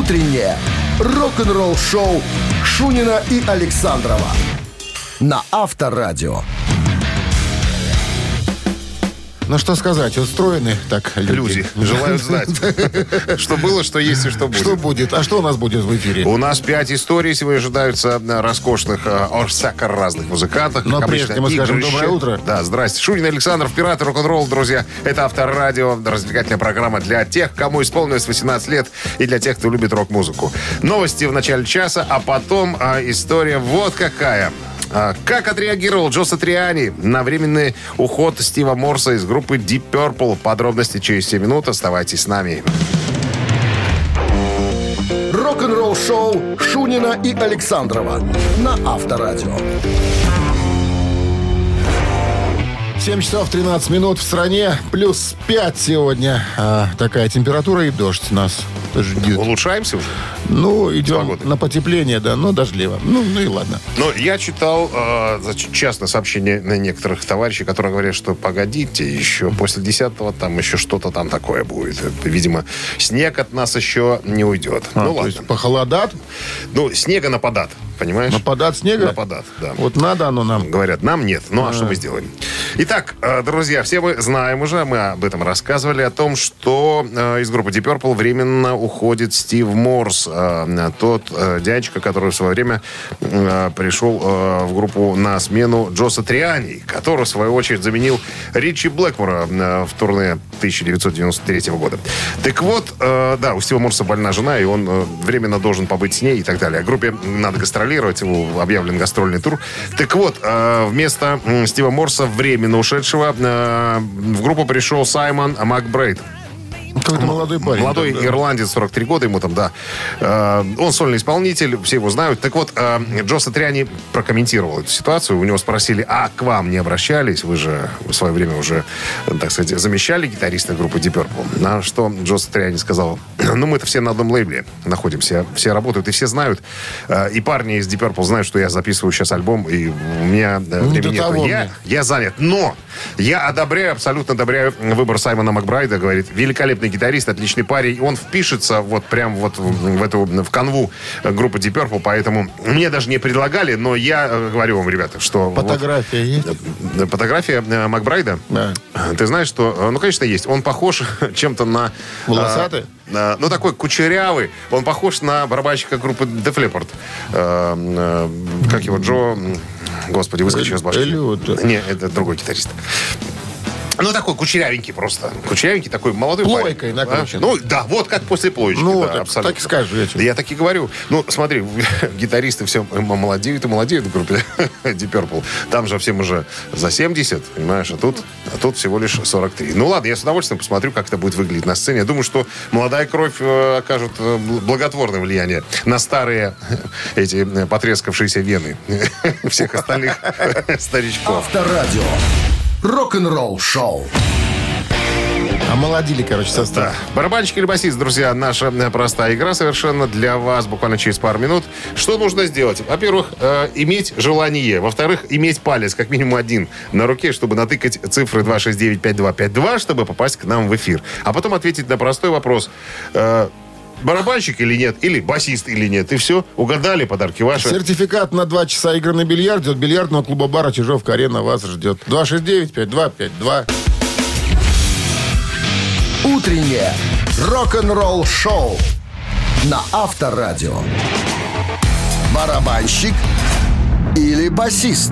Утреннее рок-н-ролл-шоу Шунина и Александрова на Авторадио. Ну, что сказать, устроены так Люди желают знать, что было, что есть и что будет. Что будет? А что у нас будет в эфире? У нас 5 историй сегодня ожидаются роскошных, всяко разных музыкантов. Но прежде мы скажем доброе утро. Да, здрасте. Шунин, Александров, пираты рок-н-ролл, друзья. Это Авторадио, развлекательная программа для тех, кому исполнилось 18 лет, и для тех, кто любит рок-музыку. Новости в начале часа, а потом история вот какая. Как отреагировал Джо Сатриани на временный уход Стива Морса из группы Deep Purple? Подробности через 7 минут. Оставайтесь с нами. Рок-н-ролл-шоу Шунина и Александрова на Авторадио. 7 часов 13 минут в стране. Плюс 5 сегодня. Такая температура и дождь нас ждет. Улучшаемся уже? Ну, идем на потепление, да, но дождливо. Ну и ладно. Но я читал частное сообщение некоторых товарищей, которые говорят, что погодите, еще после 10-го там еще что-то там такое будет. Видимо, снег от нас еще не уйдет. Ну ладно. То есть похолодат? Ну, снега нападат, понимаешь? Нападат снега? Нападат, да. Вот надо оно нам. Говорят, нам нет. Ну, а что мы сделаем? Итак, друзья, все мы знаем уже, мы об этом рассказывали, о том, что из группы Deep Purple временно уходит Стив Морс. Тот дядечка, который в свое время пришел в группу на смену Джо Сатриани, который, в свою очередь, заменил Ричи Блэкмора в турне 1993 года. Так вот, да, у Стива Морса больна жена, и он временно должен побыть с ней и так далее. Группе надо гастролировать, объявлен гастрольный тур. Так вот, вместо Стива Морса, временно ушедшего, в группу пришел Саймон Макбрейд. Какой-то молодой парень. Молодой ирландец, 43 года ему там, да. Он сольный исполнитель, все его знают. Так вот, Джо Сатриани прокомментировал эту ситуацию. У него спросили, а к вам не обращались? Вы же в свое время уже, так сказать, замещали гитариста группы Deep Purple. На что Джо Сатриани сказал, ну, мы-то все на одном лейбле находимся. Все работают и все знают. И парни из Deep Purple знают, что я записываю сейчас альбом, и у меня времени нет. Я занят. Но я абсолютно одобряю выбор Саймона Макбрайда. Говорит, великолепный гитарист, отличный парень. Он впишется вот прям вот в канву группы Deep Purple, поэтому мне даже не предлагали, но я говорю вам, ребята, что... Фотография есть? Фотография Макбрайда? Да. Ты знаешь, что... Ну, конечно, есть. Он похож чем-то на... Волосатый? Ну, такой кучерявый. Он похож на барабанщика группы Def Leppard. Как его? Джо... Господи, выскочил из башки. Не, это другой гитарист. Ну, такой кучерявенький просто. Кучерявенький, такой молодой парень. Плойкой накручен. Ну, да, вот как после плоечки. Ну, да, абсолютно. Так и скажу. Я так и говорю. Ну, смотри, гитаристы все молодеют и молодеют в группе Deep Purple. Там же всем уже за 70, понимаешь, а тут всего лишь 43. Ну, ладно, я с удовольствием посмотрю, как это будет выглядеть на сцене. Я думаю, что молодая кровь окажет благотворное влияние на старые эти потрескавшиеся вены всех остальных старичков. Авторадио. Рок-н-ролл шоу. Омолодили, короче, состав. Да. Барабанщик или басист, друзья, наша простая игра совершенно для вас буквально через пару минут. Что нужно сделать? Во-первых, иметь желание. Во-вторых, иметь палец, как минимум один, на руке, чтобы натыкать цифры 269-5252, чтобы попасть к нам в эфир. А потом ответить на простой вопрос. Барабанщик или нет, или басист или нет. И все, угадали, подарки ваши. Сертификат на 2 часа игры на бильярде от бильярдного клуба-бара «Чижовка-арена» вас ждет. 269-5252. Утреннее рок-н-ролл шоу на Авторадио. Барабанщик или басист?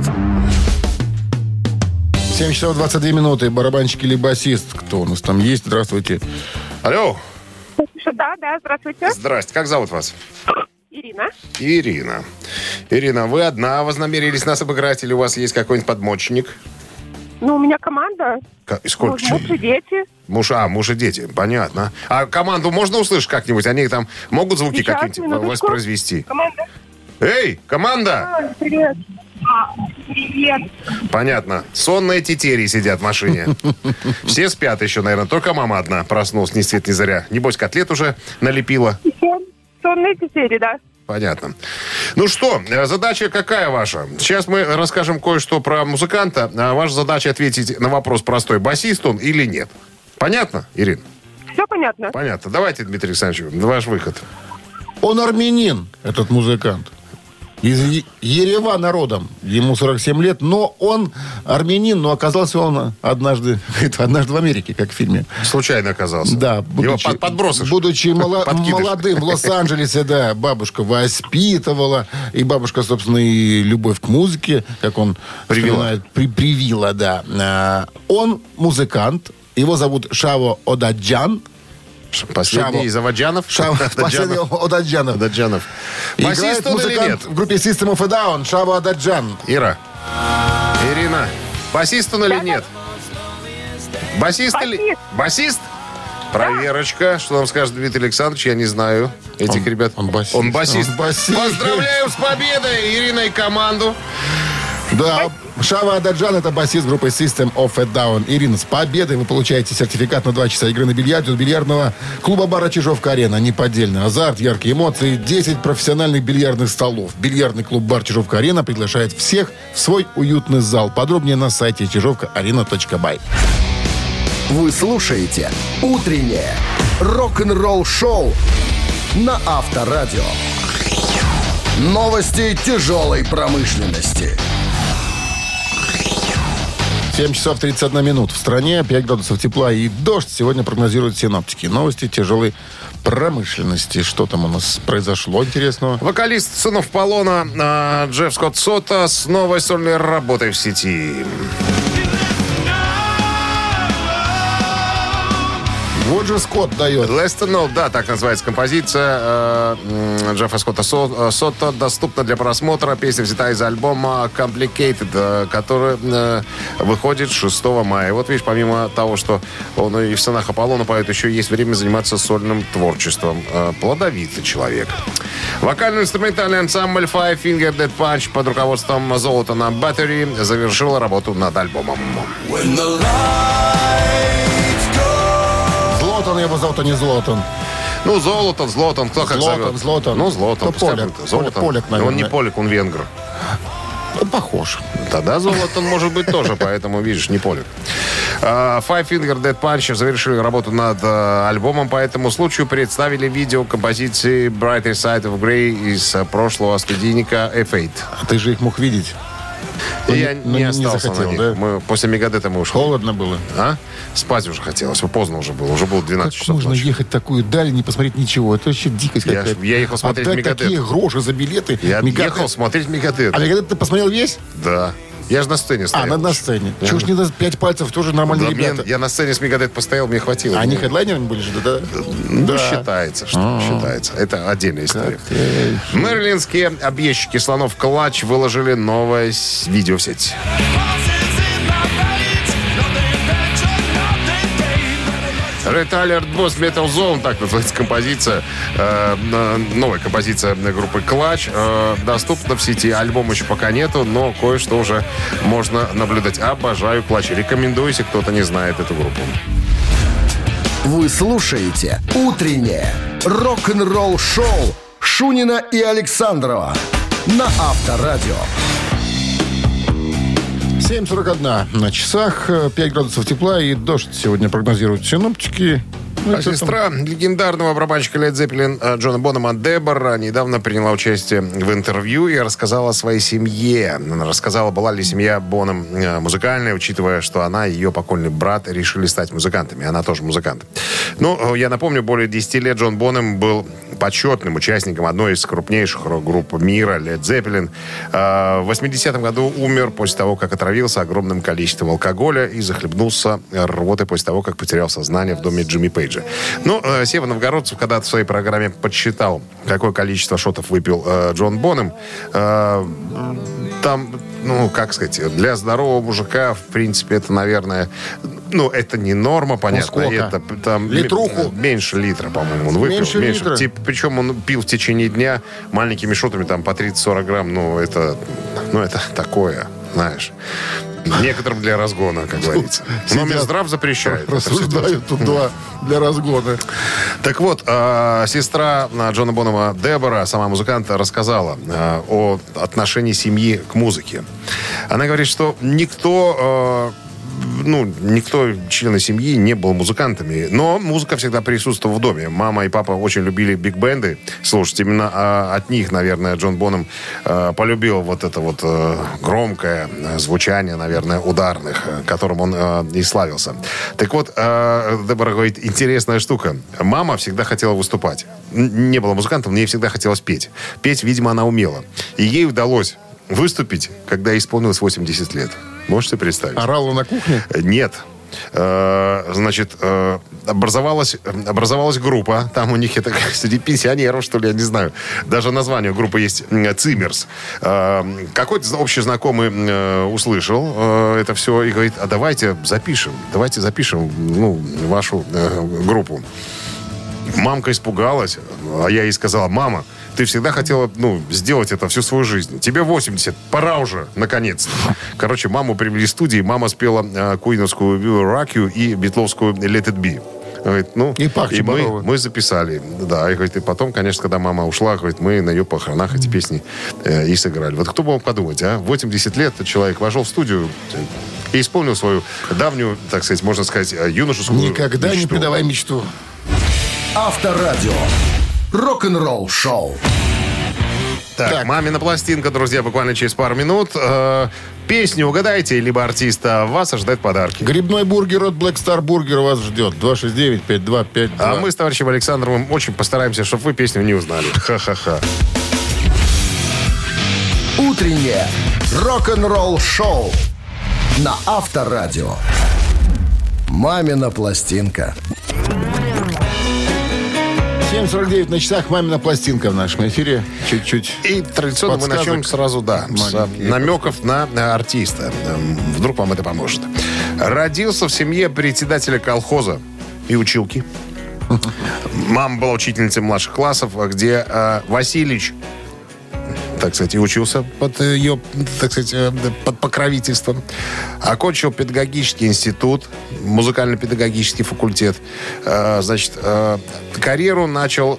7 часов 22 минуты. Барабанщик или басист? Кто у нас там есть? Здравствуйте. Алло. Да, здравствуйте. Здрасте. Как зовут вас? Ирина. Ирина, вы одна вознамерились нас обыграть или у вас есть какой-нибудь подмочник? Ну, у меня команда. Сколько? Муж и дети. Муж и дети, понятно. А команду можно услышать как-нибудь? Они там могут звуки какие-нибудь воспроизвести? Команда. Эй, команда! Привет. Привет. Понятно. Сонные тетерии сидят в машине. Все спят еще, наверное. Только мама одна проснулась ни свет ни заря. Небось, котлет уже налепила. Сонные тетери, да. Понятно. Ну что, задача какая ваша? Сейчас мы расскажем кое-что про музыканта. А ваша задача ответить на вопрос простой. Басист он или нет? Понятно, Ирина? Все понятно. Понятно. Давайте, Дмитрий Александрович, ваш выход. Он армянин, этот музыкант. Из Еревана родом. Ему 47 лет, но он армянин, но оказался он однажды в Америке, как в фильме. Случайно оказался. Да. Его подбросишь. Будучи молодым в Лос-Анджелесе, да, бабушка воспитывала. И бабушка, собственно, и любовь к музыке, как он привила, да. Он музыкант. Его зовут Шаво Одаджан. Последний из Аваджанов. Последний Одаджанов. Басист он или нет? В группе System of a Down. Шаво Одаджан. Ирина, басист он или нет? Басист или... Басист? Проверочка. Что нам скажет Дмитрий Александрович? Я не знаю этих ребят. Он басист. Он басист. Поздравляем с победой, Ирина, и команду. Да, Шава Ададжан — это басист группы System of a Down. Ирина, с победой вы получаете сертификат на 2 часа игры на бильярде от бильярдного клуба-бара «Чижовка-арена». Неподдельный азарт, яркие эмоции, 10 профессиональных бильярдных столов. Бильярдный клуб-бар «Чижовка-арена» приглашает всех в свой уютный зал. Подробнее на сайте чижовкаарена.бай. Вы слушаете «Утреннее рок-н-ролл-шоу» на Авторадио. Новости тяжелой промышленности. 7 часов 31 минут. В стране 5 градусов тепла и дождь. Сегодня прогнозируют синоптики. Новости тяжелой промышленности. Что там у нас произошло интересного? Вокалист «Сынов Полона» Джефф Скотт Сотто с новой сольной работой в сети. Вот же Скотт дает. Less to Know, да, так называется композиция Джеффа Скотта Сотто. Доступна для просмотра. Песня взята из альбома Complicated, который выходит 6 мая. Вот видишь, помимо того, что он и в «Сынах Аполлона» поет, еще есть время заниматься сольным творчеством. Плодовитый человек. Вокально-инструментальный ансамбль Five Finger Death Punch под руководством Золотана Battery завершил работу над альбомом. Злотан его зовут, а не Злотан. Ну, Злотан, кто как зовет? Злотан. Ну, Злотан. Поляк, наверное. Он не поляк, он венгр. Он похож. Тогда Золотан может быть тоже, поэтому, видишь, не поляк. Five Finger Death Punch завершили работу над альбомом. По этому случаю представили видео композиции Brighter Side of Grey из прошлого студийника F8. А ты же их мог видеть. Я не остался захотел, на них. да? Мы после Мегадета мы ушли. Холодно было. А? Спать уже хотелось. Поздно уже было. Уже было 12 как часов можно ночи. ехать такую даль и не посмотреть ничего? Это вообще дикость какая-то. Я ехал смотреть Отдать Мегадет. такие гроши за билеты. Я Мегадет. ехал смотреть Мегадет. А Мегадет ты посмотрел весь? Да. Я же на сцене стоял. На сцене. Чего ж не до 5 пальцев, тоже нормальные Да, ребята. я на сцене с Мегадет постоял, мне хватило. Они хедлайнерами были же, да? Ну, Да. считается, что считается. Это отдельная история. Мэрилинские объездчики слонов Клатч выложили новое видео в сеть. Red Alert Boss Metal Zone, так называется композиция. Новая композиция группы Clutch. Доступна в сети. Альбома еще пока нету, но кое-что уже можно наблюдать. Обожаю Clutch. Рекомендую, если кто-то не знает эту группу. Вы слушаете «Утреннее рок-н-ролл-шоу» Шунина и Александрова на Авторадио. 7:41 на часах, 5 градусов тепла и дождь сегодня прогнозируют синоптики. Ну, Сестра легендарного барабанщика Led Zeppelin Джона Бонема Дебора недавно приняла участие в интервью и рассказала о своей семье. Она рассказала, была ли семья Бонем музыкальная, учитывая, что она и ее покойный брат решили стать музыкантами. Она тоже музыкант. Ну, я напомню, более 10 лет Джон Бонем был почетным участником одной из крупнейших рок-групп мира, Led Zeppelin. В 80-м году умер после того, как отравился огромным количеством алкоголя и захлебнулся рвотой после того, как потерял сознание в доме Джимми Пейджа. Ну, Сева Новгородцев когда-то в своей программе подсчитал, какое количество шотов выпил Джон Бонем. Там, ну, как сказать, для здорового мужика, в принципе, это, наверное... Ну, это не норма, понятно. Это там литруху? Меньше литра, по-моему, он выпил. Меньше литра? Причем он пил в течение дня маленькими шотами, там, по 30-40 грамм. Ну, это такое, знаешь... Некоторым для разгона, как говорится. Но Минздрав запрещает. Рассуждают тут два для разгона. Так вот, сестра Джона Бонема Дебора, сама музыкант, рассказала о отношении семьи к музыке. Она говорит, что никто никто, члены семьи, не был музыкантами. Но музыка всегда присутствовала в доме. Мама и папа очень любили биг-бенды слушать. Именно от них, наверное, Джон Бонем полюбил вот это вот громкое звучание, наверное, ударных, которым он и славился. Так вот, Дебора говорит, интересная штука. Мама всегда хотела выступать. Не было музыкантом, но ей всегда хотелось петь. Петь, видимо, она умела. И ей удалось выступить, когда ей исполнилось 80 лет. Можете представить? Орала на кухне? Нет. Значит, образовалась группа. Там у них это среди пенсионеров, что ли, я не знаю. Даже название группы есть «Циммерс». Какой-то общий знакомый услышал это все и говорит, а давайте запишем вашу группу. Мамка испугалась, а я ей сказала, мама, ты всегда хотела, сделать это всю свою жизнь. Тебе 80, пора уже, наконец-то. Короче, маму привели в студию, мама спела куиновскую «We Will Rock You» и битловскую «Let It Be». Говорит, и мы записали. Да, и, говорит, и потом, конечно, когда мама ушла, говорит, мы на ее похоронах эти песни и сыграли. Вот кто бы мог подумать, а? 80 лет человек вошел в студию и исполнил свою давнюю, так сказать, можно сказать, юношескую Никогда мечту. не предавай мечту. Авторадио. Рок-н-ролл шоу. Так, «Мамина пластинка», друзья, буквально через пару минут. Песню угадайте, либо артиста, вас ожидают подарки. Грибной бургер от Black Star Burger вас ждет. 269-5252. А мы с товарищем Александровым очень постараемся, чтобы вы песню не узнали. Ха-ха-ха. Утреннее рок-н-ролл шоу на Авторадио. «Мамина пластинка». 7:49 на часах. «Мамина пластинка» в нашем эфире. Чуть-чуть. И традиционно мы начнем сразу, с намеков на артиста. Вдруг вам это поможет. Родился в семье председателя колхоза и училки. Мама была учительницей младших классов, где Васильевич, так сказать, и учился под ее, так сказать, под покровительством. Окончил педагогический институт, музыкально-педагогический факультет. Значит, карьеру начал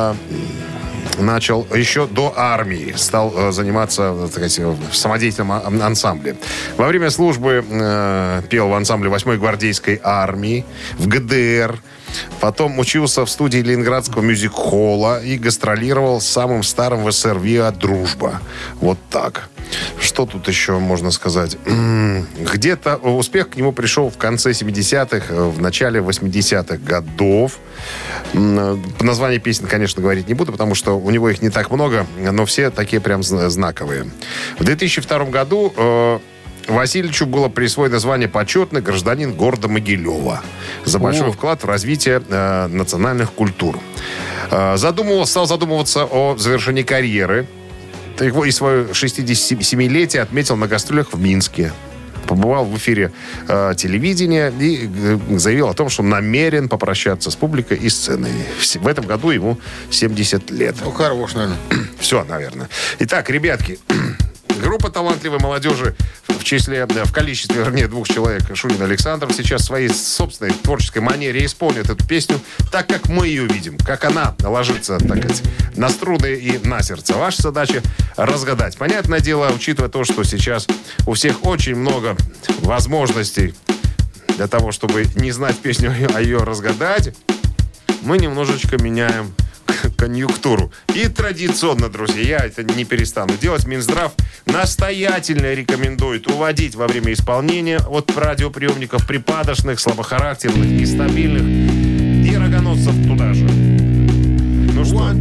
еще до армии. Стал заниматься, так сказать, в самодеятельном ансамбле. Во время службы пел в ансамбле 8-й гвардейской армии, в ГДР. Потом учился в студии Ленинградского мюзик-холла и гастролировал с самым старым в СССР ВИА «Дружба». Вот так. Что тут еще можно сказать? Где-то успех к нему пришел в конце 70-х, в начале 80-х годов. Название песен, конечно, говорить не буду, потому что у него их не так много, но все такие прям знаковые. В 2002 году Васильевичу было присвоено звание «Почетный гражданин города Могилева» за большой вклад в развитие национальных культур. Стал задумываться о завершении карьеры. И свое 67-летие отметил на гастролях в Минске. Побывал в эфире телевидения и заявил о том, что намерен попрощаться с публикой и сценой. В этом году ему 70 лет. Хорош, наверное. Все, наверное. Итак, ребятки, группа талантливой молодежи в количестве, вернее, 2 человек, Шунин и Александров, сейчас в своей собственной творческой манере исполнят эту песню так, как мы ее видим, как она ложится, так сказать, на струны и на сердце. Ваша задача разгадать. Понятное дело, учитывая то, что сейчас у всех очень много возможностей для того, чтобы не знать песню, а ее разгадать, мы немножечко меняем конъюнктуру. И традиционно, друзья, я это не перестану делать. Минздрав настоятельно рекомендует уводить во время исполнения от радиоприемников припадочных, слабохарактерных, нестабильных и рогоносцев туда же. Ну что?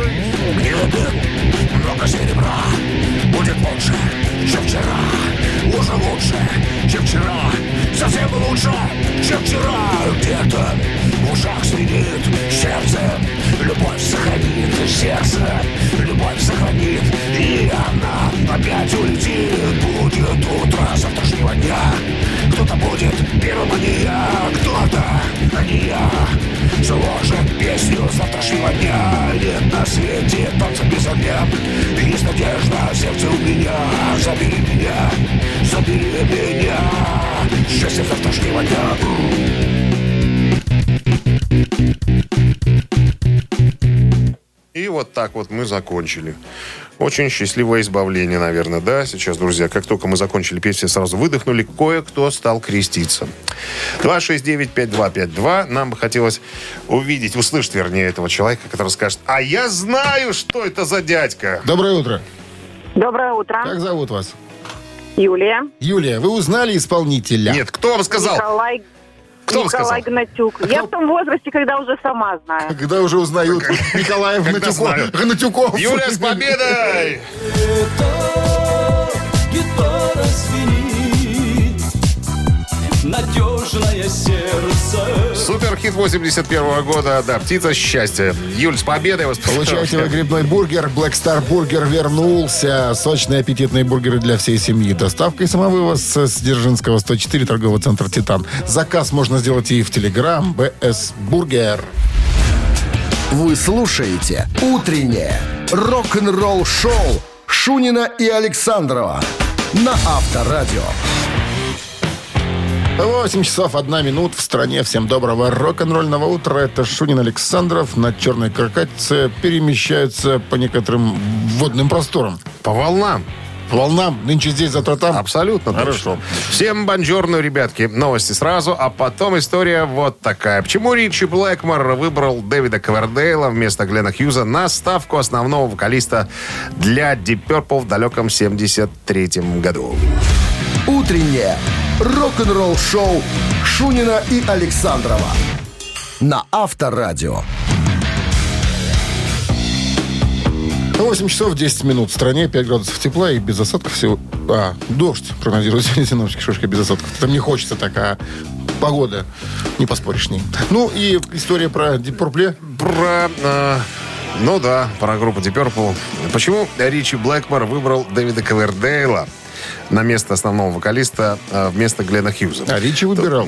Много серебра. Будет лучше, чем вчера. Уже лучше, чем вчера. Совсем лучше, чем вчера. Где-то в ушах сидит сердце. Любовь сохранит сердце. Любовь сохранит. И она опять улетит. Будет утро завтрашнего дня. Кто-то будет первым, а не я. Кто-то, а не я. Сложит песню завтрашнего дня. Нет на свете танца без огня. Есть надежда в сердце у меня. Забери меня, забери меня. Счастье завтрашнего дня. И вот так вот мы закончили. Очень счастливое избавление, наверное, да, сейчас, друзья. Как только мы закончили петь, все сразу выдохнули. Кое-кто стал креститься. 269-5252. Нам бы хотелось увидеть, услышать, вернее, этого человека, который скажет: а я знаю, что это за дядька. Доброе утро. Доброе утро. Как зовут вас? Юлия. Юлия, вы узнали исполнителя? Нет, кто вам сказал? Кто вам сказал? Николай Гнатюк. Я в том возрасте, когда уже сама знаю. Когда уже узнают Николая Гнатюков. Юля, с победой! Гитара звенит, надежное сердце. Суперхит 81 года, да, «Птица счастья». Юль, с победой вас Получаете вы грибной бургер. Black Star Burger вернулся. Сочные аппетитные бургеры для всей семьи. Доставка и самовывоз с Дзержинского, 104, торговый центр «Титан». Заказ можно сделать и в Телеграм. БС Бургер. Вы слушаете «Утреннее рок-н-ролл-шоу» Шунина и Александрова на Авторадио. 8 часов 1 минута в стране. Всем доброго рок-н-ролльного утра. Это Шунин Александров на черной каракатице перемещаются по некоторым водным просторам. По волнам. Волнам. Нынче здесь, завтра там. Абсолютно Хорошо. точно. Всем бонжорно, ребятки. Новости сразу, а потом история вот такая. Почему Ричи Блэкмор выбрал Дэвида Ковердейла вместо Глена Хьюза на ставку основного вокалиста для Deep Purple в далеком 73-м году? Утреннее рок-н-ролл-шоу Шунина и Александрова на Авторадио. 8 часов 10 минут в стране, 5 градусов тепла и без осадков всего. Дождь прогнозируют синоптики, шишка без осадков. Там не хочется так, а погода, не поспоришь с ней. Ну и история про Deep Purple. Про группу Deep Purple. Почему Ричи Блэкмор выбрал Дэвида Ковердейла на место основного вокалиста вместо Глена Хьюза? А Ричи выбирал.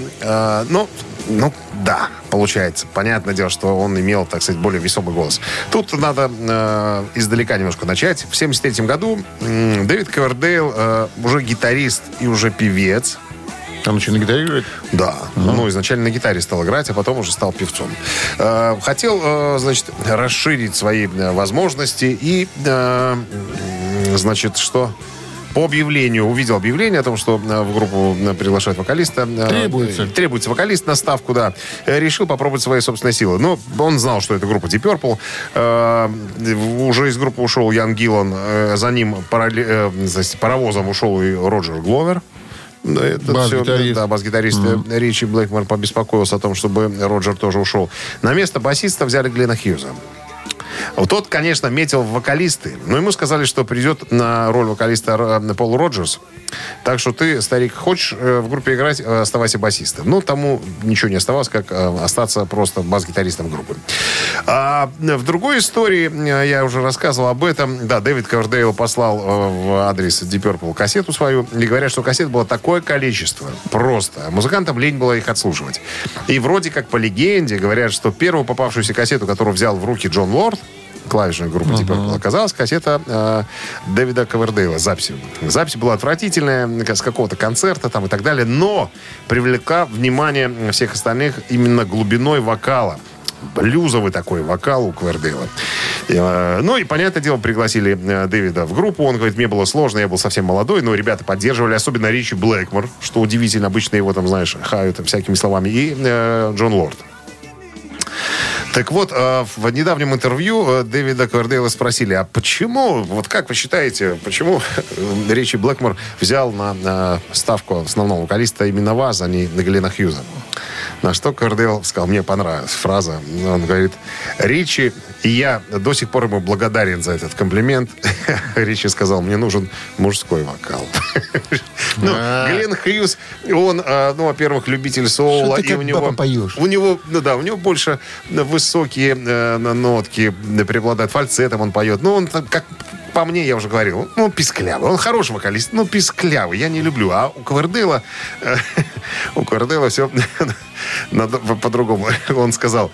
Да, получается. Понятное дело, что он имел, так сказать, более весомый голос. Тут надо издалека немножко начать. В 1973 году Дэвид Ковердейл уже гитарист и уже певец. Он еще на гитаре играет? Да. Изначально на гитаре стал играть, а потом уже стал певцом. Хотел, расширить свои возможности и, по объявлению, увидел объявление о том, что в группу приглашают вокалиста. Требуется вокалист на ставку, да. Решил попробовать свои собственные силы. Но он знал, что это группа Deep Purple. Уже из группы ушел Ян Гиллан. За ним паровозом ушел и Роджер Гловер. Бас-гитарист Ричи Блэкмор побеспокоился о том, чтобы Роджер тоже ушел. На место басиста взяли Глена Хьюза. Вот тот, конечно, метил в вокалисты, но ему сказали, что придет на роль вокалиста Пол Роджерс. Так что ты, старик, хочешь в группе играть, оставайся басистом. Тому ничего не оставалось, как остаться просто бас-гитаристом группы. А в другой истории, я уже рассказывал об этом, да, Дэвид Ковердейл послал в адрес Deep Purple кассету свою, и говорят, что кассет было такое количество, просто. Музыкантам лень было их отслушивать. И вроде как по легенде говорят, что первую попавшуюся кассету, которую взял в руки Джон Лорд, клавишная группа Deep Purple, оказалась кассета Дэвида Ковердейла с записью. Запись была отвратительная, с какого-то концерта там и так далее, но привлекла внимание всех остальных именно глубиной вокала. Блюзовый такой вокал у Ковердейла. И, понятное дело, пригласили Дэвида в группу. Он говорит, мне было сложно, я был совсем молодой, но ребята поддерживали, особенно Ричи Блэкмор, что удивительно, обычно его там, хают всякими словами, и Джон Лорд. Так вот, в недавнем интервью Дэвида Ковердейла спросили, а почему, как вы считаете, почему Ричи Блэкмор взял на ставку основного вокалиста именно вас, а не Глена Хьюза? На что Ковердейл сказал, мне понравилась фраза. Он говорит, Ричи, и я до сих пор ему благодарен за этот комплимент. Ричи сказал, мне нужен мужской вокал. Глен Хьюз, он, во-первых, любитель соула. Что ты как баба поешь? У него больше высокие нотки преобладают, фальцетом он поет. Он, как по мне, я уже говорил, писклявый. Он хороший вокалист, писклявый. Я не люблю. А у Ковердейла все по-другому. Он сказал,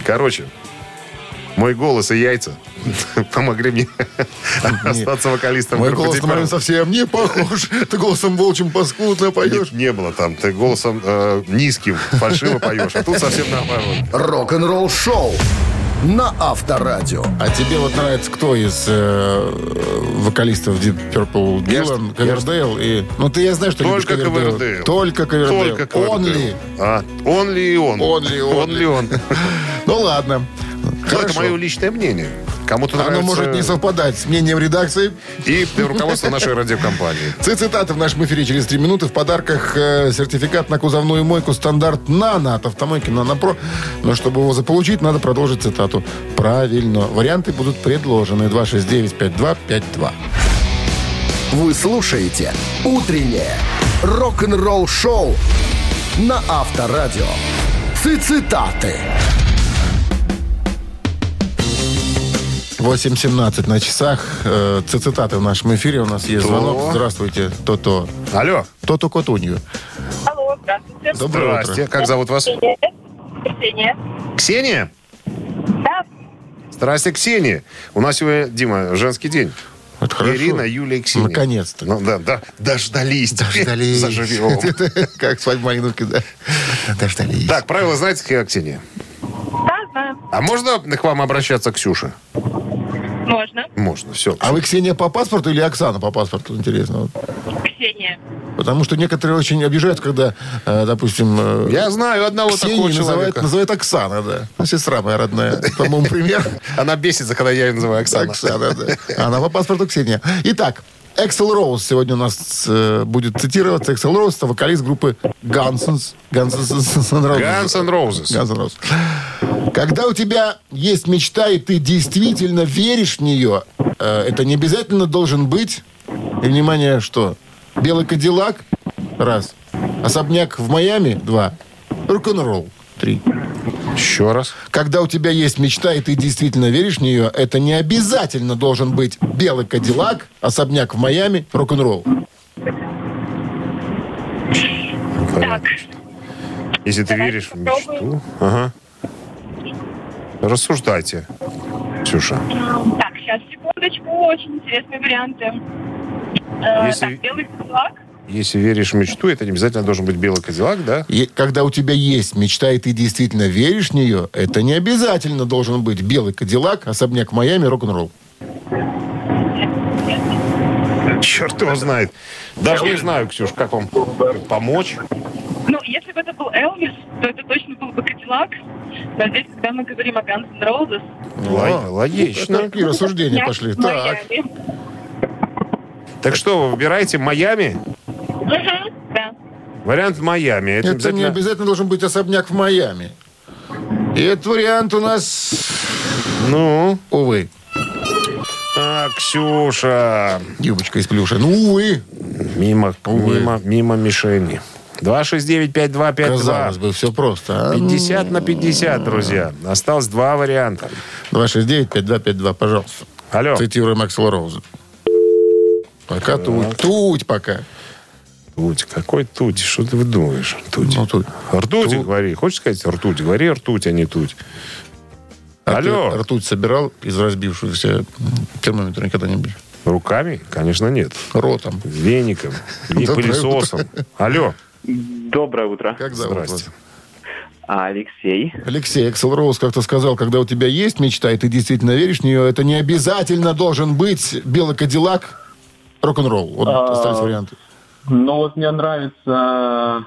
мой голос и яйца помогли мне остаться вокалистом. Мой голос на момент совсем не похож. Ты голосом волчьим паскудно поешь. Не было там. Ты голосом низким, фальшиво поешь. А тут совсем наоборот. Рок-н-ролл шоу на Авторадио. А тебе вот нравится кто из вокалистов Deep Purple? Дилан, Ковердейл и... Ну, я знаю, что Только любишь Ковердейл. Только Ковердейл. Только Ковердейл. Only. Only и он. Only он. Ну, ладно. Ну, это мое личное мнение. Кому-то нравится... Оно может не совпадать с мнением редакции. И руководство нашей радиокомпании. Цитаты в нашем эфире через 3 минуты. В подарках сертификат на кузовную мойку стандарт «Нано» от автомойки «Нано Про». Но чтобы его заполучить, надо продолжить цитату правильно. Варианты будут предложены. 269-5252. Вы слушаете «Утреннее рок-н-ролл-шоу» на Авторадио. Цитаты. 8:17 на часах. Цитаты в нашем эфире. У нас есть звонок. Здравствуйте, Тото. Алло. Тото Котунью. Алло, здравствуйте. Доброе Здрасте. утро. Как зовут вас? Ксения. Ксения? Да. Здрасте, Ксения. У нас сегодня, Дима, женский день. Это хорошо. Ирина, Юлия и Ксения. Наконец-то. Ну да, дождались. Дождались. Заживем. Как свадьба Малиновки, да. Дождались. Так, правила знаете, какие, Ксения? Да, знаю. А можно к вам обращаться, Ксюша? Можно. Можно, все. А вы Ксения по паспорту или Оксана по паспорту? Интересно. Ксения. Потому что некоторые очень обижаются, когда, допустим... Я знаю одного такого Ксению человека. называют Оксана, да. Ну, сестра моя родная. По-моему, пример. Она бесится, когда я ее называю Оксана. Оксана, да. Она по паспорту Ксения. Итак, Эксел Роуз сегодня у нас будет цитироваться. Эксел Роуз — это вокалист группы Guns N' Roses. Guns N' Roses. Когда у тебя есть мечта, и ты действительно веришь в нее, это не обязательно должен быть, и, внимание, что? Белый Кадиллак — раз. Особняк в Майами — два. Рок-н-ролл — три. Еще раз. Когда у тебя есть мечта, и ты действительно веришь в нее, это не обязательно должен быть белый Кадиллак, особняк в Майами, рок-н-ролл. Так. Если ты веришь в мечту. Ага. Рассуждайте, Ксюша. Так, сейчас, секундочку. Очень интересные варианты. Если- Так, белый флаг. Если веришь в мечту, это не обязательно должен быть белый Кадиллак, да? И когда у тебя есть мечта, и ты действительно веришь в нее, это не обязательно должен быть белый Кадиллак, особняк в Майами, рок-н-ролл. Черт его знает. Даже не знаю, Ксюш, как вам помочь. Ну, если бы это был Элвис, то это точно был бы Кадиллак. Но здесь, когда мы говорим о Guns N' Roses, Логично. Такие рассуждения я пошли. в Так. Майами. Так что, вы выбираете Майами? Да. Вариант Майами. Это Это не обязательно должен быть особняк в Майами. И этот вариант у нас, Ну? увы, А, Ксюша. юбочка из плюша. Ну, увы. Мимо мишени. 269-5252. Казалось бы, все просто. А? 50 на 50, друзья. Осталось два варианта. 269-5252, пожалуйста. Алло. Цитируем Эксела Роуза. Пока туть пока. Туть. Какой туть? Что ты думаешь? Туть. Ну, тут. Ртуть, Туть. говори. Хочешь сказать ртуть? Говори ртуть, а не туть. А Алло. ты ртуть собирал из разбившегося термометра когда-нибудь? Руками? Конечно, нет. Ротом. Веником. И Доброе пылесосом. Алло. Доброе утро. Как зовут вас? Здрасте. Алексей. Алексей, Эксел Роуз как-то сказал, когда у тебя есть мечта, и ты действительно веришь в нее, это не обязательно должен быть белый Кадиллак, рок-н-ролл. Вот остались варианты. Ну вот мне нравится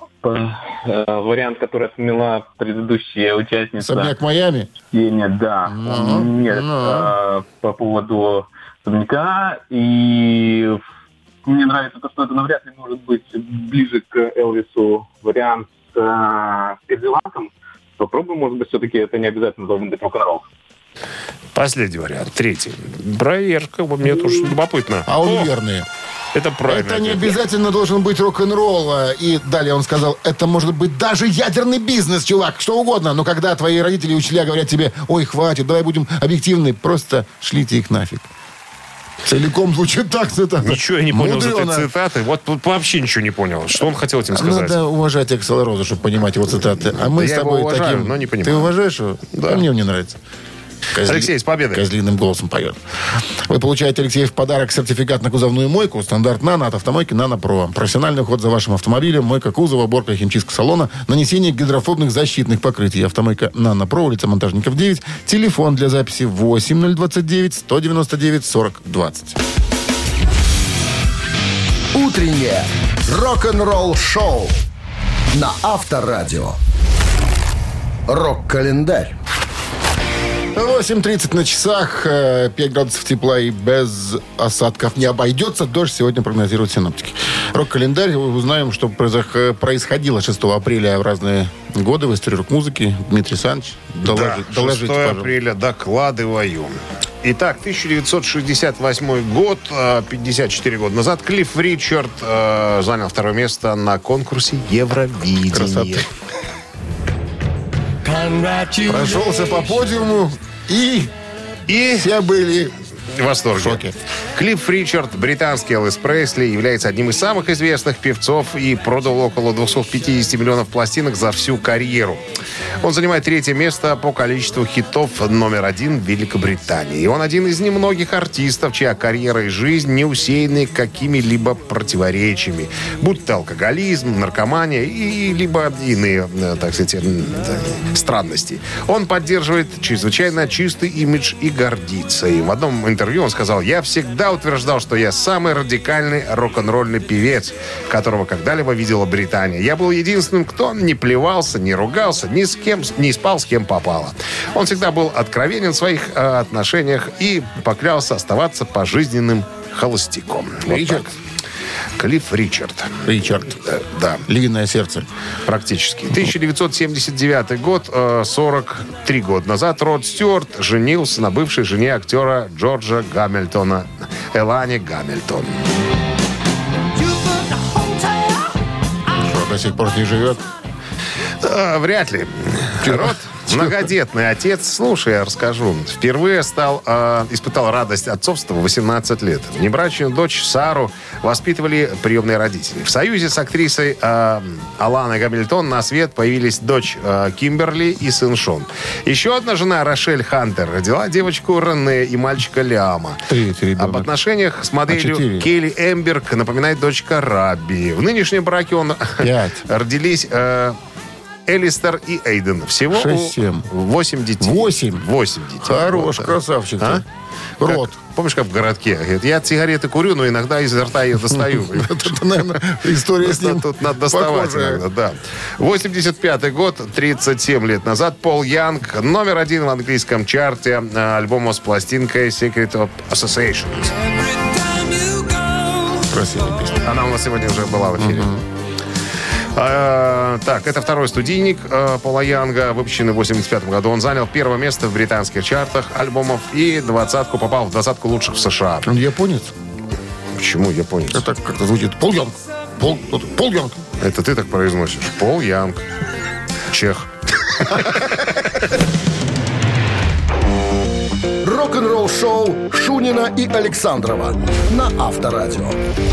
вариант, который отмела предыдущая участница. Особняк Майами. Ксения, да. Нет, по поводу особняка. И мне нравится то, что это навряд ли может быть ближе к Элвису вариант с Кадиллаком. Попробуем, может быть, все-таки это не обязательно должен быть рок-н-ролл. Последний вариант. Третий. Проверка. Мне тоже любопытно. А он верный. Это правильно. Это не обязательно должен быть рок-н-ролл. И далее он сказал, это может быть даже ядерный бизнес, чувак, что угодно. Но когда твои родители и учителя говорят тебе, ой, хватит, давай будем объективны, просто шлите их нафиг. Целиком звучит так цитата. Ничего я не понял из Мудрено. этой цитаты. Вот тут вообще ничего не понял. Что он хотел этим сказать? Надо уважать Эксела Роза, чтобы понимать его цитаты. А мы Да с я тобой его уважаю, таким... но не понимаю. Ты уважаешь его? Да. А мне он не нравится. Алексей, с победой. Козлиным голосом поет. Вы получаете, Алексей, в подарок сертификат на кузовную мойку. Стандарт «Нано» от автомойки «Нано Про». Профессиональный уход за вашим автомобилем, мойка кузова, уборка и химчистка салона, нанесение гидрофобных защитных покрытий. Автомойка «Нано Про», улица Монтажников, 9. Телефон для записи 8029-199-40-20. Утреннее рок-н-ролл-шоу на Авторадио. Рок-календарь. 8:30 на часах, 5 градусов тепла и без осадков не обойдется. Дождь сегодня прогнозируют синоптики. Рок-календарь. Узнаем, что происходило 6 апреля в разные годы в истории рок-музыки. Дмитрий Александрович, доложите, 6 пожалуйста. апреля, докладываю. Итак, 1968 год, 54 года назад, Клифф Ричард занял второе место на конкурсе Евровидения. Красота. Прошелся по подиуму и все были в восторге. В шоке. Клифф Ричард, британский Элвис Пресли, является одним из самых известных певцов и продал около 250 миллионов пластинок за всю карьеру. Он занимает 3-е место по количеству хитов номер 1 в Великобритании. И он один из немногих артистов, чья карьера и жизнь не усеяны какими-либо противоречиями. Будь то алкоголизм, наркомания и либо иные, так сказать, странности. Он поддерживает чрезвычайно чистый имидж и гордится им. В одном интервью он сказал: «Я всегда утверждал, что я самый радикальный рок-н-ролльный певец, которого когда-либо видела Британия. Я был единственным, кто не плевался, не ругался, ни с кем не спал, с кем попало». Он всегда был откровенен в своих отношениях и поклялся оставаться пожизненным холостяком. Ричард. Вот Клифф Ричард. Да. Львиное сердце. Практически. 1979 год, 43 года назад, Род Стюарт женился на бывшей жене актера Джорджа Гамильтона, Элане Гамильтон. Что, до сих пор не живет? Вряд ли. Род многодетный отец. Слушай, я расскажу. Впервые испытал радость отцовства в 18 лет. Внебрачную дочь Сару воспитывали приемные родители. В союзе с актрисой Аланой Гамильтон на свет появились дочь Кимберли и сын Шон. Еще одна жена, Рошель Хантер, родила девочку Рене и мальчика Лиама. 3 ребенок. Об отношениях с моделью Келли Эмберг напоминает дочка Раби. В нынешнем браке родились Элистер и Эйден. Всего 6-7. 8 детей. 8 детей. Хорош, красавчик. А? Рот. Помнишь, как в городке? Говорит, я сигареты курю, но иногда из рта ее достаю. Это, наверное, история с ним тут надо доставать иногда, да. 85-й год, 37 лет назад, Пол Янг, номер 1 в английском чарте альбома с пластинкой Secret of Association. Красивая песня. Она у нас сегодня уже была в эфире. Так, это второй студийник Пола Янга, выпущенный в 85 году. Он занял первое место в британских чартах альбомов и попал в 20 лучших в США. Он японец? Почему японец? Это как-то звучит. Пол Янг. Пол Янг. Это ты так произносишь. Пол Янг. Чех. Рок-н-ролл-шоу Шунина и Александрова на Авторадио.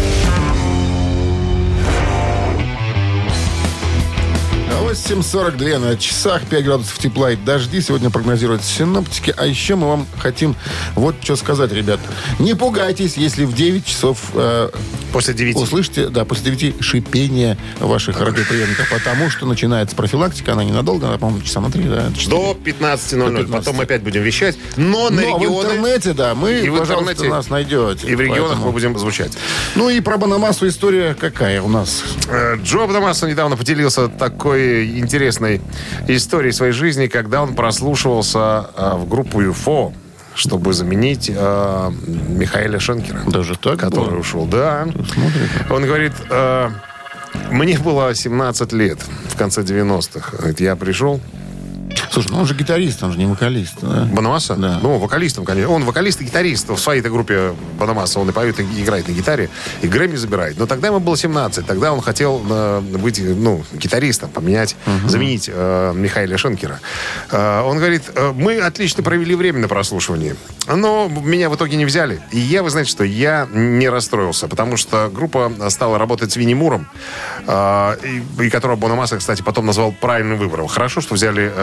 8:42 на часах, 5 градусов тепла и дожди. Сегодня прогнозируют синоптики. А еще мы вам хотим вот что сказать, ребят. Не пугайтесь, если в 9 часов после 9 услышите, после 9 шипение ваших радиоприемников, потому что начинается профилактика. Она ненадолго, она, по-моему, часа на 3. Да, до 15:00. Потом мы опять будем вещать. Но на регионы... в интернете, вы, пожалуйста, нас найдете. И в регионах мы будем звучать. Ну и про Бонамассу история какая у нас? Джо Бонамасса недавно поделился такой интересной историей своей жизни, когда он прослушивался в группу UFO, чтобы заменить Михаэля Шенкера. Даже так? Который ушел. Да. Он говорит, мне было 17 лет в конце 90-х. Говорит, я пришел. Слушай, он же гитарист, он же не вокалист. Да? Бонамасса? Да. Ну, вокалистом, конечно. Он вокалист и гитарист. В своей-то группе Бонамасса он и поет, и играет на гитаре, и Грэмми забирает. Но тогда ему было 17. Тогда он хотел быть гитаристом, заменить Михаэля Шенкера. Он говорит, мы отлично провели время на прослушивании. Но меня в итоге не взяли. И вы знаете, что я не расстроился, потому что группа стала работать с Винни Муром, и которого Бонамасса, кстати, потом назвал правильным выбором. Хорошо, что взяли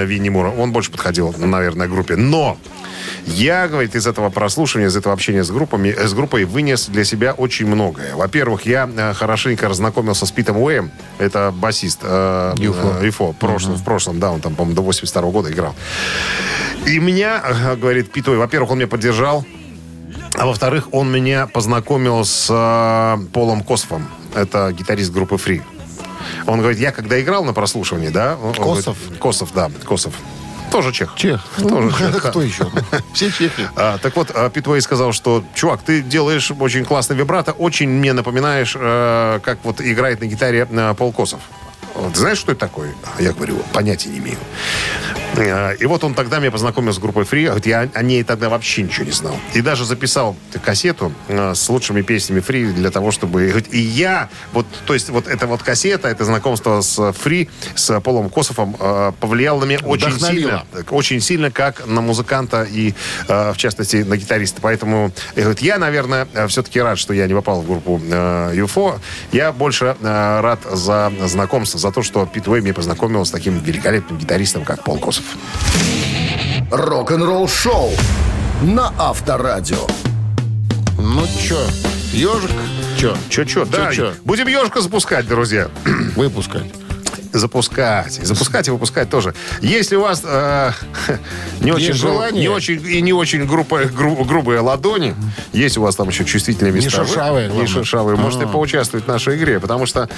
Винни Мура. Он больше подходил, наверное, к группе. Но я, говорит, из этого прослушивания, из этого общения с группой вынес для себя очень многое. Во-первых, я хорошенько разнакомился с Питом Уэем. Это басист UFO. В прошлом, да, он там, по-моему, до 82 года играл. И меня, говорит Пит Уэй, во-первых, он меня поддержал. А во-вторых, он меня познакомил с Полом Кософом. Это гитарист группы Free. Он говорит, я когда играл на прослушивании, да... Косов? Косов, да, Косов. Тоже чех. Тоже чех. Кто еще? Все чехи. Так вот, Пит Уэй сказал, что, чувак, ты делаешь очень классный вибрато, очень мне напоминаешь, как вот играет на гитаре Пол Косов. Ты знаешь, что это такое? Я говорю, понятия не имею. И вот он тогда меня познакомил с группой Free. Я о ней тогда вообще ничего не знал. И даже записал кассету с лучшими песнями Free для того, чтобы... И я... То есть вот эта вот кассета, это знакомство с Free, с Полом Кософом повлияло на меня очень сильно, как на музыканта и, в частности, на гитариста. Поэтому я, наверное, все-таки рад, что я не попал в группу UFO. Я больше рад за знакомство, за то, что Пит Уэй меня познакомил с таким великолепным гитаристом, как Пол Косов. Рок-н-ролл шоу на Авторадио. Ну чё, ежик? Чё? Да, будем ежика запускать, друзья. Выпускать. Запускать и выпускать тоже. Если у вас не очень грубые ладони, есть у вас там еще чувствительные места. Не шершавые. Можете поучаствовать в нашей игре, потому что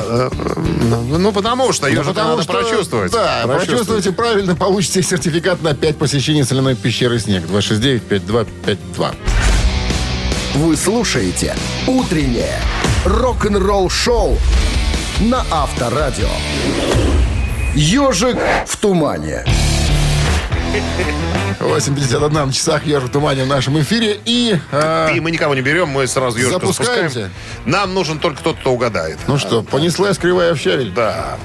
ежика надо прочувствовать. Да, прочувствуйте правильно, получите сертификат на 5 посещений соляной пещеры «Снег». 269-5252. Вы слушаете «Утреннее рок-н-ролл-шоу» на Авторадио. «Ежик в тумане». 8:51 на часах, «Ежик в тумане» в нашем эфире. И мы никого не берем, мы сразу ежика запускаем. Нам нужен только тот, кто угадает. Ну что, понеслась кривая в щавель? Да.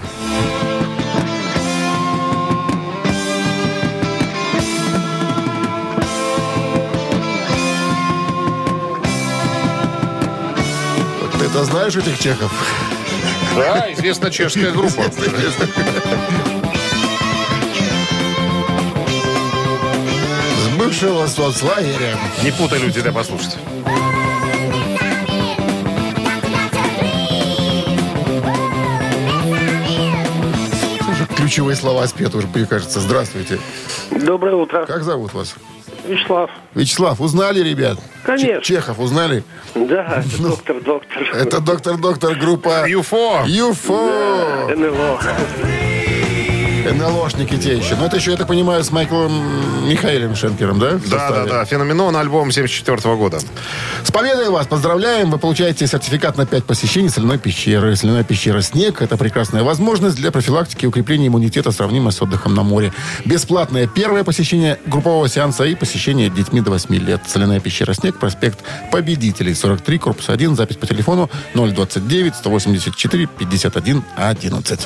Ты знаешь этих чехов? Да, известная чешская группа. С бывшего соцлагеря. Не путай людей, да, послушайте. Ключевые слова спеты уже, мне кажется. Здравствуйте. Доброе утро. Как зовут вас? Вячеслав. Вячеслав, узнали, ребят? Конечно. Чехов узнали? Да, доктор. Это доктор группа UFO. UFO. НЛО. НЛОшники те еще. Но это еще, я так понимаю, с Майклом Михаилом Шенкером, да? Да. «Феноменон», альбом 74 года. С победой вас поздравляем. Вы получаете сертификат на 5 посещений соляной пещеры. Соляная пещера «Снег» — это прекрасная возможность для профилактики и укрепления иммунитета, сравнимая с отдыхом на море. Бесплатное первое посещение группового сеанса и посещение детьми до 8 лет. Соляная пещера «Снег», проспект Победителей, 43, корпус 1, запись по телефону 029-184-51-11.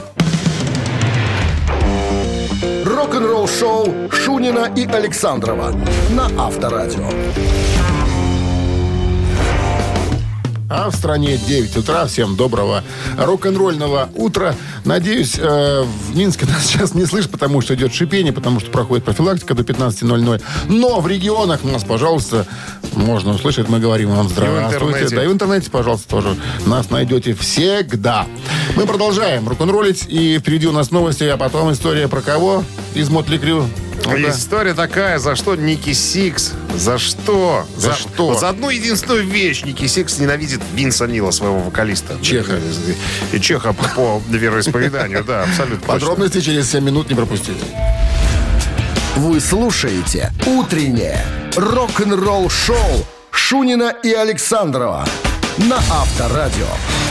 Рок-н-ролл-шоу Шунина и Александрова на Авторадио. А в стране 9 утра. Всем доброго рок-н-ролльного утра. Надеюсь, в Минске нас сейчас не слышат, потому что идет шипение, потому что проходит профилактика до 15:00. Но в регионах нас, пожалуйста, можно услышать. Мы говорим вам здравствуйте. Да и в интернете, пожалуйста, тоже нас найдете всегда. Мы продолжаем рок-н-роллить. И впереди у нас новости, а потом история про кого? Из Мотли Крю. История такая, за что Ники Сикс? За что? За что? Вот за одну единственную вещь Ники Сикс ненавидит Винса Нила, своего вокалиста. Чеха. И чеха по вероисповеданию, да, абсолютно. Подробности через 7 минут, не пропустите. Вы слушаете «Утреннее рок-н-ролл-шоу» Шунина и Александрова на Авторадио.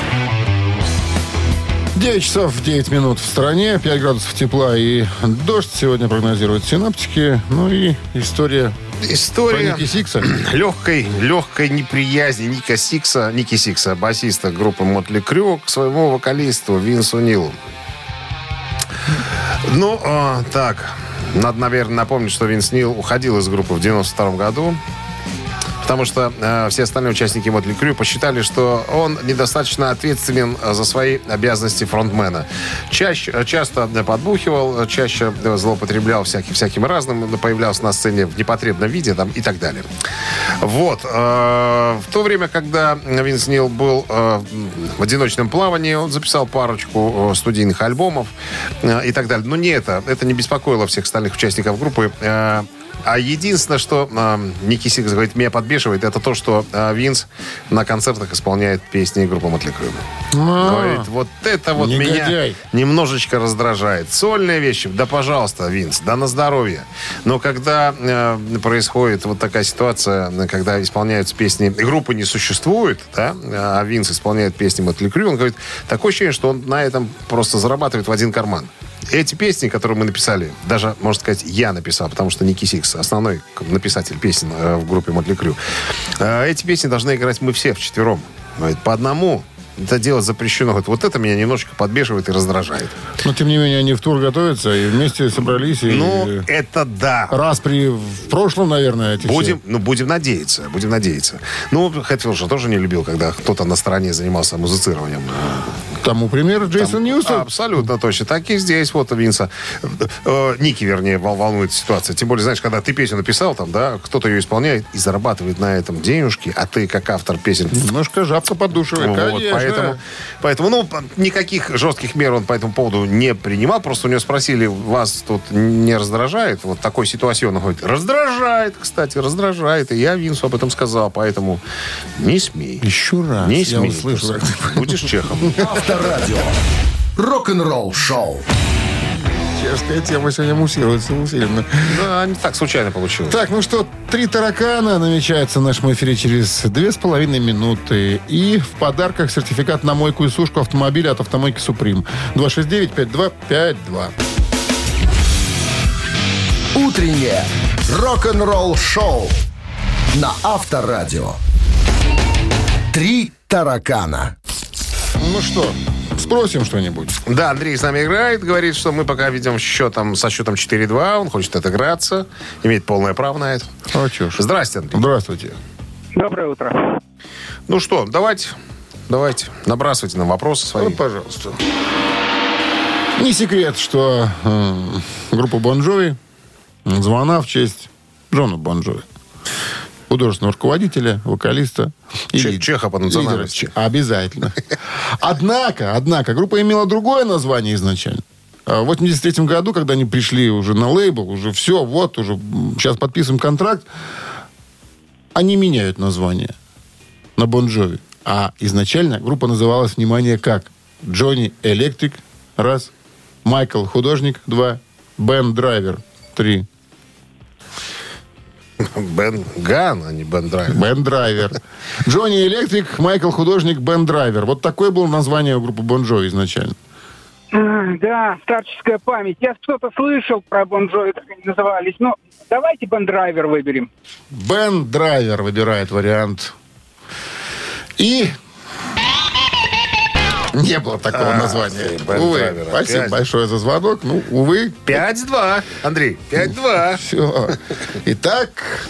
9 часов 9 минут в стране, 5 градусов тепла и дождь сегодня прогнозируют синоптики. Ну и история про Ники Сикса. Легкой неприязни Ники Сикса, басиста группы Мотли Крю, к своему вокалисту Винсу Нилу. Ну, так, надо, наверное, напомнить, что Винс Нил уходил из группы в 92 году. потому что все остальные участники Мотли Крю посчитали, что он недостаточно ответственен за свои обязанности фронтмена. Часто подбухивал, чаще злоупотреблял всяким разным, появлялся на сцене в непотребном виде там, и так далее. Вот. В то время, когда Винс Нил был в одиночном плавании, он записал парочку студийных альбомов и так далее. Но не это не беспокоило всех остальных участников группы. А единственное, что Ники Сикс говорит, меня подбешивает, это то, что Винс на концертах исполняет песни группы Мотли Крю. Говорит, вот это вот меня немножечко раздражает. Сольные вещи, да пожалуйста, Винс, да на здоровье. Но когда происходит вот такая ситуация, когда исполняются песни, группы не существует, да, а Винс исполняет песни Мотли Крю, он говорит, такое ощущение, что он на этом просто зарабатывает в один карман. Эти песни, которые мы написали, даже, можно сказать, я написал, потому что Ники Сикс, основной написатель песен в группе Мотли Крю, эти песни должны играть мы все вчетвером. По одному. Это делать запрещено. Вот это меня немножечко подбешивает и раздражает. Но, тем не менее, они в тур готовятся и вместе собрались. Ну, это да. Раз в прошлом, наверное, эти будем надеяться. Будем надеяться. Ну, Хэтфилд же тоже не любил, когда кто-то на стороне занимался музицированием. Тому пример Джейсон Ньюстон. Абсолютно точно. Так и здесь вот Винса. Ники, вернее, волнует ситуация. Тем более, знаешь, когда ты песню написал, там, да, кто-то ее исполняет и зарабатывает на этом денежки, а ты, как автор песен... Немножко жабка поддушивает, вот, конечно. Поэтому, никаких жестких мер он по этому поводу не принимал. Просто у него спросили, вас тут не раздражает? Вот такой ситуацион. Он говорит, раздражает, кстати, раздражает. И я Винсу об этом сказал, поэтому не смей. Еще раз. Не смей. Услышал, будешь чехом. Авторадио. Рок-н-ролл шоу. Чешская тема сегодня муссируется усиленно. Да, не так случайно получилось. Так, ну что, 3 таракана намечается в нашем эфире через 2,5 минуты. И в подарках сертификат на мойку и сушку автомобиля от автомойки «Суприм». 269-5252. Утреннее рок-н-ролл шоу на Авторадио. 3 таракана. Ну что, спросим что-нибудь. Да, Андрей с нами играет, говорит, что мы пока ведем со счетом 4-2, он хочет отыграться, имеет полное право на это. А чё ж. Здрасте, Андрей. Здравствуйте. Доброе утро. Ну что, давайте, набрасывайте нам вопросы свои. Вот, пожалуйста. Не секрет, что группа Bon Jovi названа в честь Джона Bon Jovi, художественного руководителя, вокалиста. Чеха по национальности. Обязательно. Однако, группа имела другое название изначально. В 1983 году, когда они пришли уже на лейбл, уже все, вот, уже сейчас подписываем контракт, они меняют название на Bon Jovi. А изначально группа называлась, внимание, как? Джонни Электрик, раз, Майкл Художник, 2, Бен Драйвер, 3. Бен Ган, а не Бен Драйвер. Бен Драйвер. Джонни Электрик, Майкл Художник, Бен Драйвер. Вот такое было название у группы Bon Jovi изначально. Да, старческая память. Я что-то слышал про Bon Jovi, как они назывались. Но давайте Бен Драйвер выберем. Бен Драйвер выбирает вариант. И... не было такого названия. Увы. Спасибо большое за звонок. Ну, увы. 5-2, Андрей. 5-2. Все. Итак,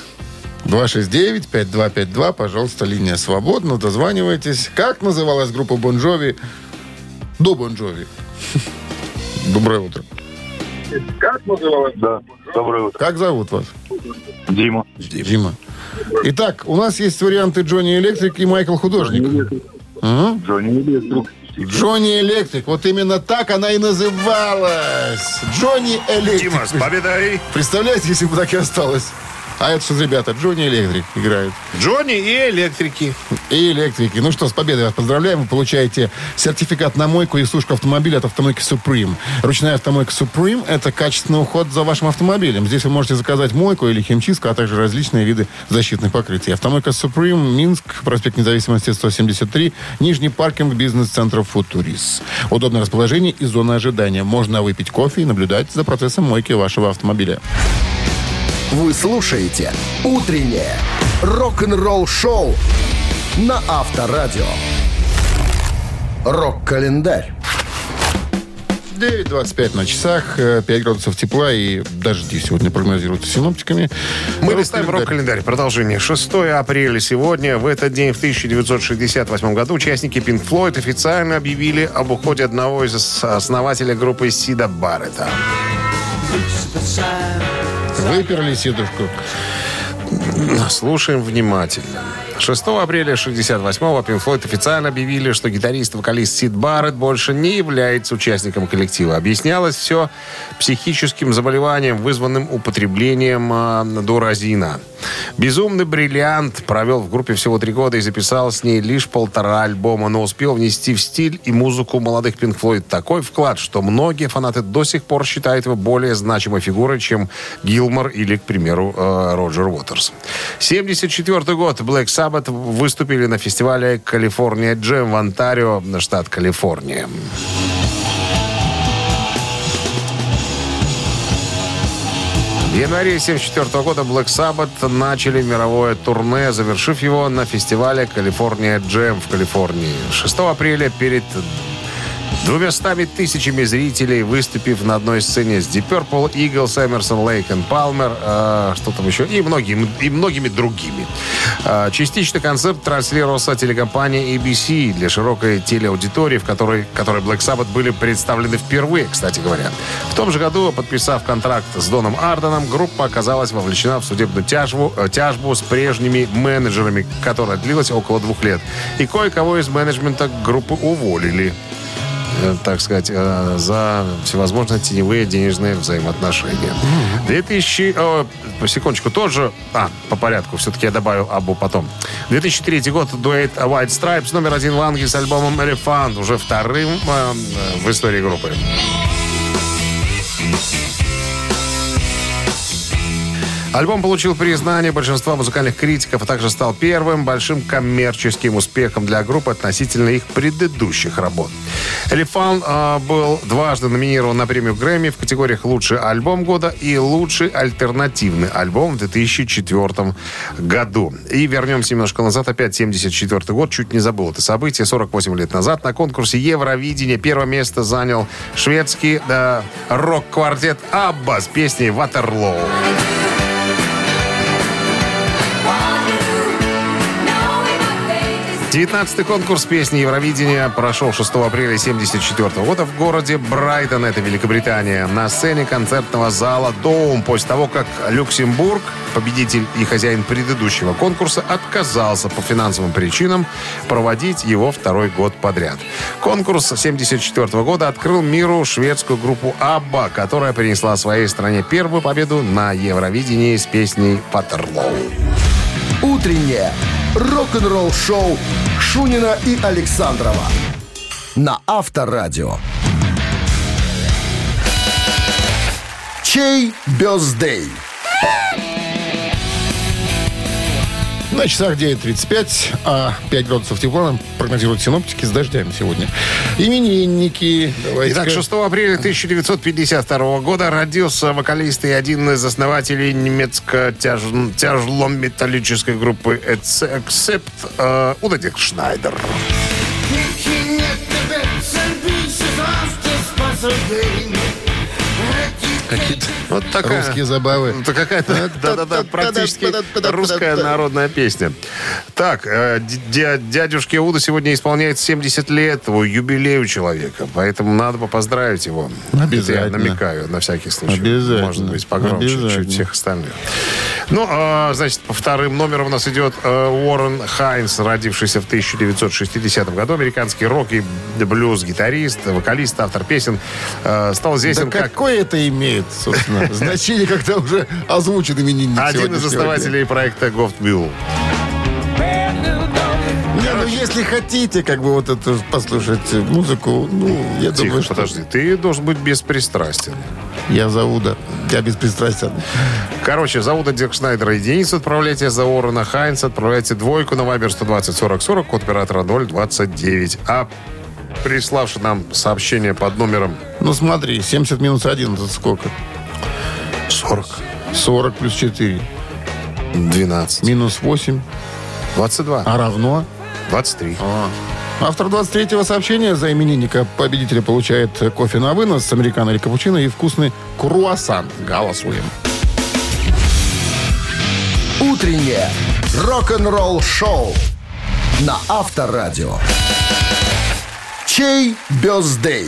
269-5252. Пожалуйста, линия свободна. Дозванивайтесь. Как называлась группа Bon Jovi до Bon Jovi? Доброе утро. Как называлось? Да, доброе утро. Как зовут вас? Дима. Дима. Итак, у нас есть варианты Джонни Электрик и Майкл Художник. Джонни Электрик. Джонни Электрик. Вот именно так она и называлась. Джонни Электрик. Дима, с победой. Представляете, если бы так и осталось? А это что за ребята? Джонни Электрик играют. Джонни и электрики. И электрики. Ну что, с победой вас поздравляем. Вы получаете сертификат на мойку и сушку автомобиля от автомойки Supreme. Ручная автомойка Supreme – это качественный уход за вашим автомобилем. Здесь вы можете заказать мойку или химчистку, а также различные виды защитных покрытий. Автомойка Supreme, Минск, проспект Независимости 173, Нижний паркинг бизнес-центра Футурис. Удобное расположение и зона ожидания. Можно выпить кофе и наблюдать за процессом мойки вашего автомобиля. Вы слушаете «Утреннее рок-н-ролл-шоу» на Авторадио. Рок-календарь. 9:25 на часах, 5 градусов тепла и дожди сегодня прогнозируются синоптиками. Мы листаем рок-календарь. Продолжение. 6 апреля сегодня. В этот день, в 1968 году, участники Pink Floyd официально объявили об уходе одного из основателей группы Сида Барретта. Выперли сидушку. Слушаем внимательно. 6 апреля 1968-го Pink Floyd официально объявили, что гитарист-вокалист Сид Барретт больше не является участником коллектива. Объяснялось все психическим заболеванием, вызванным употреблением дуразина. «Безумный бриллиант» провел в группе всего 3 года и записал с ней лишь 1,5 альбома, но успел внести в стиль и музыку молодых Pink Floyd такой вклад, что многие фанаты до сих пор считают его более значимой фигурой, чем Гилмор или, к примеру, Роджер Уотерс. 1974 год. Black Sabbath выступили на фестивале «Калифорния Джем» в Онтарио, штат Калифорния. В январе 1974 года Black Sabbath начали мировое турне, завершив его на фестивале «Калифорния Джем» в Калифорнии. 6 апреля перед 200 тысячами зрителей, выступив на одной сцене с Deep Purple, Eagles, Emerson, Lake and Palmer, что там еще, и многими другими. Частично концерт транслировался телекомпанией ABC для широкой телеаудитории, в которой Black Sabbath были представлены впервые, кстати говоря. В том же году, подписав контракт с Доном Арденом, группа оказалась вовлечена в судебную тяжбу с прежними менеджерами, которая длилась около 2 лет. И кое-кого из менеджмента группы уволили, так сказать, за всевозможные теневые денежные взаимоотношения. Секундочку, тоже... по порядку, все-таки я добавил Аббу потом. 2003 год. Дуэт White Stripes номер 1 в Англии с альбомом Elephant, уже вторым в истории группы. Альбом получил признание большинства музыкальных критиков, а также стал первым большим коммерческим успехом для группы относительно их предыдущих работ. Elephant был дважды номинирован на премию Грэмми в категориях «Лучший альбом года» и «Лучший альтернативный альбом» в 2004 году. И вернемся немножко назад, опять 1974 год, чуть не забыл это событие. 48 лет назад на конкурсе Евровидения первое место занял шведский рок-квартет «Абба» с песней «Waterloo». 19-й конкурс песни Евровидения прошел 6 апреля 1974 года в городе Брайтон, это Великобритания, на сцене концертного зала «Доум», после того, как Люксембург, победитель и хозяин предыдущего конкурса, отказался по финансовым причинам проводить его 2-й год подряд. Конкурс 1974 года открыл миру шведскую группу «Абба», которая принесла своей стране первую победу на Евровидении с песней «Waterloo». Утреннее рок-н-ролл-шоу Шунина и Александрова на Авторадио. Чей бёздей? На часах 9:35, а 5 градусов тепла нам прогнозируют синоптики с дождями сегодня. Именинники. Итак, 6 апреля 1952 года родился вокалист и один из основателей немецко-тяжелометаллической группы Accept Уда Диркшнайдер. Какие-то вот такая русские забавы. Это какая-то, да-да-да, практически русская народная песня. Так, дядюшке Уда сегодня исполняется 70 лет, юбилею человека, поэтому надо бы поздравить его. Обязательно. Я намекаю, на всякий случай. Обязательно. Может быть, погромче чуть всех остальных. Ну, значит, по вторым номерам у нас идет Уоррен Хайнс, родившийся в 1960 году, американский рок и блюз-гитарист, вокалист, автор песен. Стал известен да какое это имеет, собственно, значение, когда уже озвучен именинник. Один из основателей проекта Goftwheel. Ну, если хотите, как бы вот это послушать музыку, я думаю, что... Подожди, ты должен быть беспристрастен. Я за Уда, я беспристрастен. Короче, за Уда Диркшнайдера единицу отправляйте, за Уоррена Хайнса отправляйте 2 на Viber 120-40-40, код оператора 029. А приславший нам сообщение под номером... Ну, смотри, 70 минус 1, это сколько? 40. 40 плюс 4. 12. Минус 8. 22. А равно? 23. Автор 23-го сообщения за именинника победителя получает кофе на вынос с американо или капучино и вкусный круассан. Голосуем. Утреннее рок-н-ролл-шоу на Авторадио. Чей бёздей?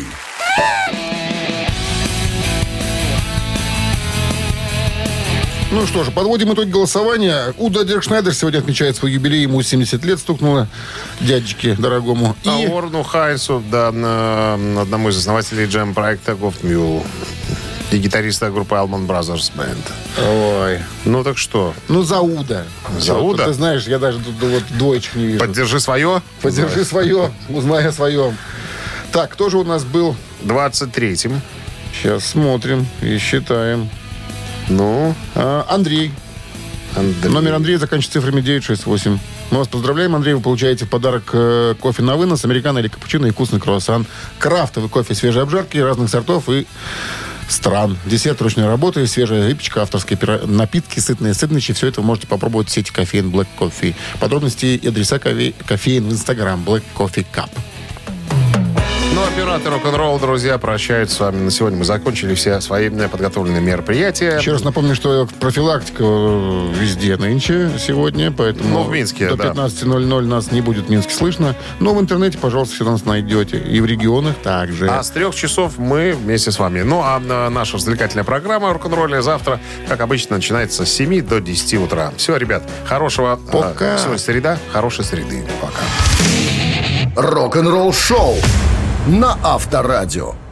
Ну что ж, подводим итоги голосования. Уда Диркшнайдер сегодня отмечает свой юбилей. Ему 70 лет стукнуло, дядечке дорогому. А Уорну Хайнсу, да, одному из основателей джем-проекта Гофтмюл. И гитариста группы Allman Brothers Band. Ой. Ну так что? Ну, за Уда. За Уда? Ты знаешь, я даже тут вот двоечек не вижу. Поддержи свое. Поддержи свое, узнай о своем. Так, кто же у нас был? 23-м. Сейчас смотрим и считаем. Ну? Андрей. Номер Андрея заканчивается цифрами 968. Мы вас поздравляем, Андрей. Вы получаете в подарок кофе на вынос, американо или капучино и вкусный круассан. Крафтовый кофе свежей обжарки разных сортов и стран. Десерт ручной работы, свежая выпечка, авторские напитки, сытные сэндвичи. Все это вы можете попробовать в сети кофеин Black Coffee. Подробности и адреса кофеин в Instagram Black Coffee Cup. Ну, оператор рок-н-ролл, друзья, прощаются с вами на сегодня. Мы закончили все свои подготовленные мероприятия. Еще раз напомню, что профилактика везде нынче сегодня, поэтому ну, в Минске, до 15:00 нас не будет в Минске слышно. Но в интернете, пожалуйста, всегда нас найдете. И в регионах также. А с 3 часов мы вместе с вами. Ну, а наша развлекательная программа рок-н-ролля завтра, как обычно, начинается с 7 до 10 утра. Все, ребят, хорошего... Пока. Сегодня среда, хорошей среды. Пока. Рок-н-ролл шоу на Авторадио.